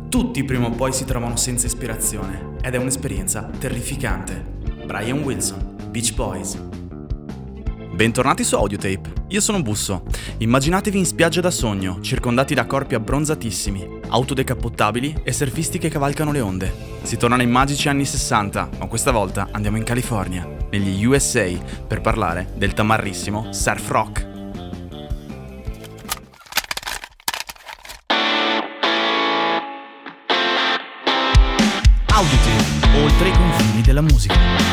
Tutti prima o poi si trovano senza ispirazione ed è un'esperienza terrificante. Brian Wilson, Beach Boys. Bentornati su Audiotape, io sono Busso. Immaginatevi in spiaggia da sogno, circondati da corpi abbronzatissimi, auto decappottabili e surfisti che cavalcano le onde. Si torna nei magici anni 60, ma questa volta andiamo in California, negli USA, per parlare del tamarrissimo surf rock. Audiotape, oltre i confini della musica.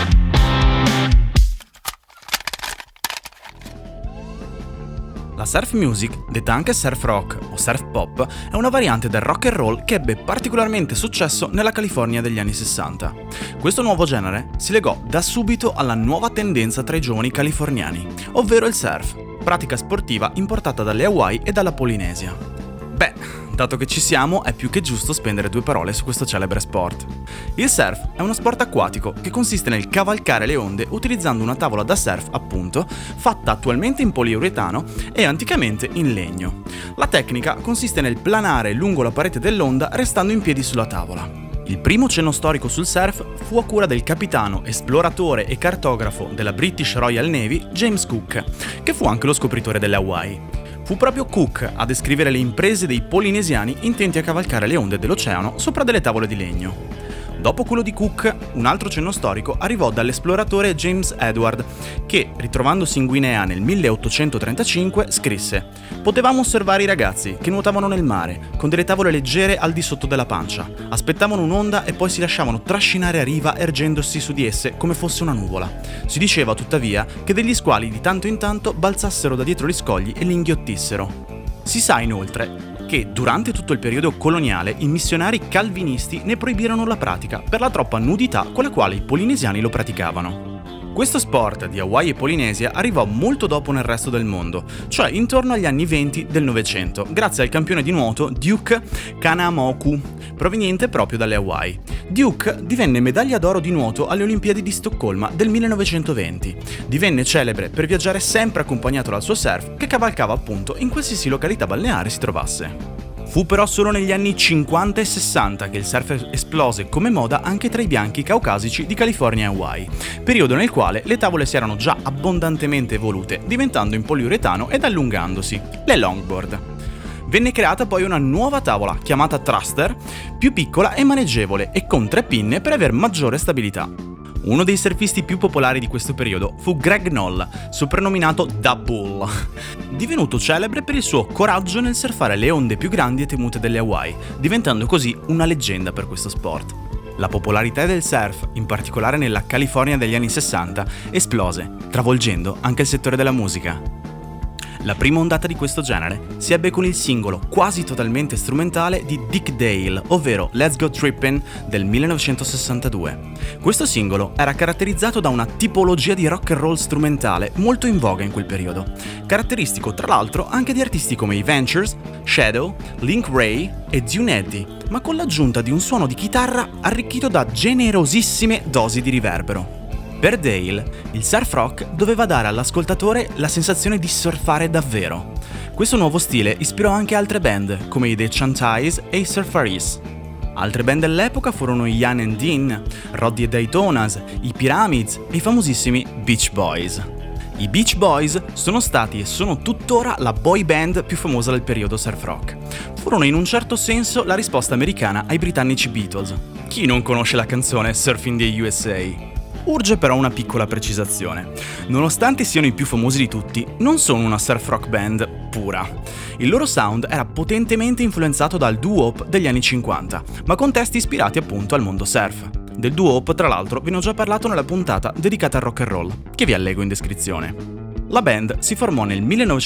La surf music, detta anche surf rock o surf pop, è una variante del rock and roll che ebbe particolarmente successo nella California degli anni 60. Questo nuovo genere si legò da subito alla nuova tendenza tra i giovani californiani, ovvero il surf, pratica sportiva importata dalle Hawaii e dalla Polinesia. Beh, dato che ci siamo, è più che giusto spendere due parole su questo celebre sport. Il surf è uno sport acquatico che consiste nel cavalcare le onde utilizzando una tavola da surf, appunto, fatta attualmente in poliuretano e anticamente in legno. La tecnica consiste nel planare lungo la parete dell'onda restando in piedi sulla tavola. Il primo cenno storico sul surf fu a cura del capitano, esploratore e cartografo della British Royal Navy James Cook, che fu anche lo scopritore delle Hawaii. Fu proprio Cook a descrivere le imprese dei polinesiani intenti a cavalcare le onde dell'oceano sopra delle tavole di legno. Dopo quello di Cook, un altro cenno storico arrivò dall'esploratore James Edward, che, ritrovandosi in Guinea nel 1835, scrisse: «Potevamo osservare i ragazzi che nuotavano nel mare, con delle tavole leggere al di sotto della pancia, aspettavano un'onda e poi si lasciavano trascinare a riva ergendosi su di esse come fosse una nuvola. Si diceva, tuttavia, che degli squali di tanto in tanto balzassero da dietro gli scogli e li inghiottissero». Si sa inoltre che durante tutto il periodo coloniale i missionari calvinisti ne proibirono la pratica per la troppa nudità con la quale i polinesiani lo praticavano. Questo sport di Hawaii e Polinesia arrivò molto dopo nel resto del mondo, cioè intorno agli anni 20 del Novecento, grazie al campione di nuoto Duke Kahanamoku, proveniente proprio dalle Hawaii. Duke divenne medaglia d'oro di nuoto alle Olimpiadi di Stoccolma del 1920. Divenne celebre per viaggiare sempre accompagnato dal suo surf, che cavalcava appunto in qualsiasi località balneare si trovasse. Fu però solo negli anni 50 e 60 che il surf esplose come moda anche tra i bianchi caucasici di California e Hawaii, periodo nel quale le tavole si erano già abbondantemente evolute, diventando in poliuretano ed allungandosi, le longboard. Venne creata poi una nuova tavola, chiamata thruster, più piccola e maneggevole e con 3 pinne per aver maggiore stabilità. Uno dei surfisti più popolari di questo periodo fu Greg Noll, soprannominato Da Bull, divenuto celebre per il suo coraggio nel surfare le onde più grandi e temute delle Hawaii, diventando così una leggenda per questo sport. La popolarità del surf, in particolare nella California degli anni 60, esplose, travolgendo anche il settore della musica. La prima ondata di questo genere si ebbe con il singolo quasi totalmente strumentale di Dick Dale, ovvero Let's Go Trippin' del 1962. Questo singolo era caratterizzato da una tipologia di rock and roll strumentale molto in voga in quel periodo, caratteristico tra l'altro anche di artisti come i Ventures, Shadow, Link Wray e Dune Eddy, ma con l'aggiunta di un suono di chitarra arricchito da generosissime dosi di riverbero. Per Dale, il surf rock doveva dare all'ascoltatore la sensazione di surfare davvero. Questo nuovo stile ispirò anche altre band, come i The Chantais e i Surfaris. Altre band dell'epoca furono i Ian and Dean, Roddy e Daytonas, i Pyramids e i famosissimi Beach Boys. I Beach Boys sono stati e sono tuttora la boy band più famosa del periodo surf rock. Furono in un certo senso la risposta americana ai britannici Beatles. Chi non conosce la canzone Surfing the USA? Urge però una piccola precisazione. Nonostante siano i più famosi di tutti, non sono una surf rock band pura. Il loro sound era potentemente influenzato dal doo-wop degli anni 50, ma con testi ispirati appunto al mondo surf. Del doo-wop, tra l'altro, vi ne ho già parlato nella puntata dedicata al rock and roll, che vi allego in descrizione. La band si formò nel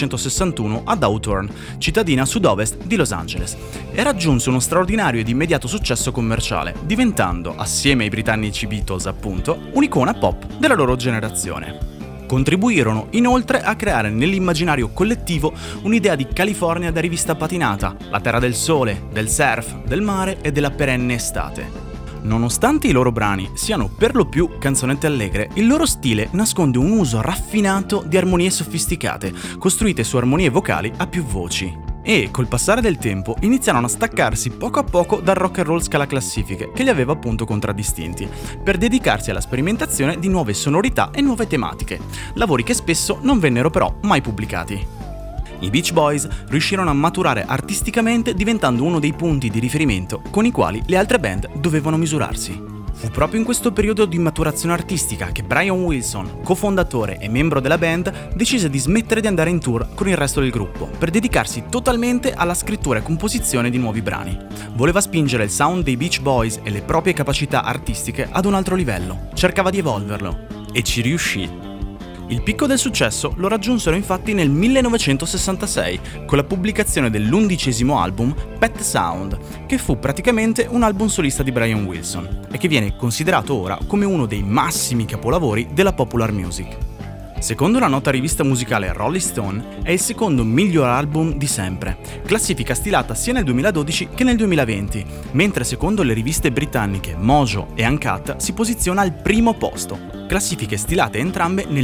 1961 ad Hawthorne, cittadina a sud-ovest di Los Angeles, e raggiunse uno straordinario ed immediato successo commerciale, diventando, assieme ai britannici Beatles appunto, un'icona pop della loro generazione. Contribuirono inoltre a creare nell'immaginario collettivo un'idea di California da rivista patinata, la terra del sole, del surf, del mare e della perenne estate. Nonostante i loro brani siano per lo più canzonette allegre, il loro stile nasconde un uso raffinato di armonie sofisticate, costruite su armonie vocali a più voci. e, col passare del tempo, iniziarono a staccarsi poco a poco dal rock and roll scala classifiche che li aveva appunto contraddistinti, per dedicarsi alla sperimentazione di nuove sonorità e nuove tematiche, lavori che spesso non vennero però mai pubblicati. I Beach Boys riuscirono a maturare artisticamente diventando uno dei punti di riferimento con i quali le altre band dovevano misurarsi. Fu proprio in questo periodo di maturazione artistica che Brian Wilson, cofondatore e membro della band, decise di smettere di andare in tour con il resto del gruppo per dedicarsi totalmente alla scrittura e composizione di nuovi brani. Voleva spingere il sound dei Beach Boys e le proprie capacità artistiche ad un altro livello, cercava di evolverlo e ci riuscì. Il picco del successo lo raggiunsero infatti nel 1966 con la pubblicazione dell'11° album Pet Sound, che fu praticamente un album solista di Brian Wilson e che viene considerato ora come uno dei massimi capolavori della popular music. Secondo la nota rivista musicale Rolling Stone è il secondo miglior album di sempre, classifica stilata sia nel 2012 che nel 2020, mentre secondo le riviste britanniche Mojo e Uncut si posiziona al primo posto, classifiche stilate entrambe nel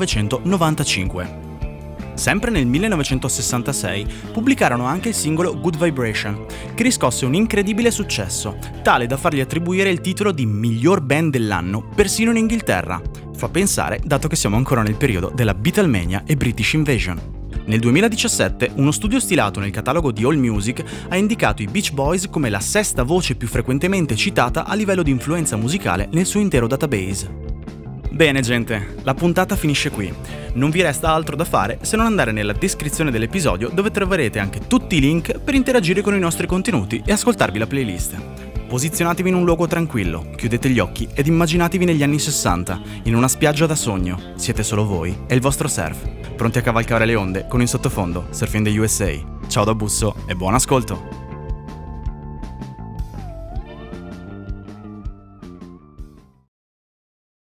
1995. Sempre nel 1966 pubblicarono anche il singolo Good Vibration, che riscosse un incredibile successo, tale da fargli attribuire il titolo di miglior band dell'anno persino in Inghilterra. Fa pensare, dato che siamo ancora nel periodo della Beatlemania e British Invasion. Nel 2017 uno studio stilato nel catalogo di AllMusic ha indicato i Beach Boys come la sesta voce più frequentemente citata a livello di influenza musicale nel suo intero database. Bene gente, la puntata finisce qui. Non vi resta altro da fare se non andare nella descrizione dell'episodio dove troverete anche tutti i link per interagire con i nostri contenuti e ascoltarvi la playlist. Posizionatevi in un luogo tranquillo, chiudete gli occhi ed immaginatevi negli anni 60, in una spiaggia da sogno. Siete solo voi e il vostro surf, pronti a cavalcare le onde con in sottofondo Surfing the USA. Ciao da Busso e buon ascolto!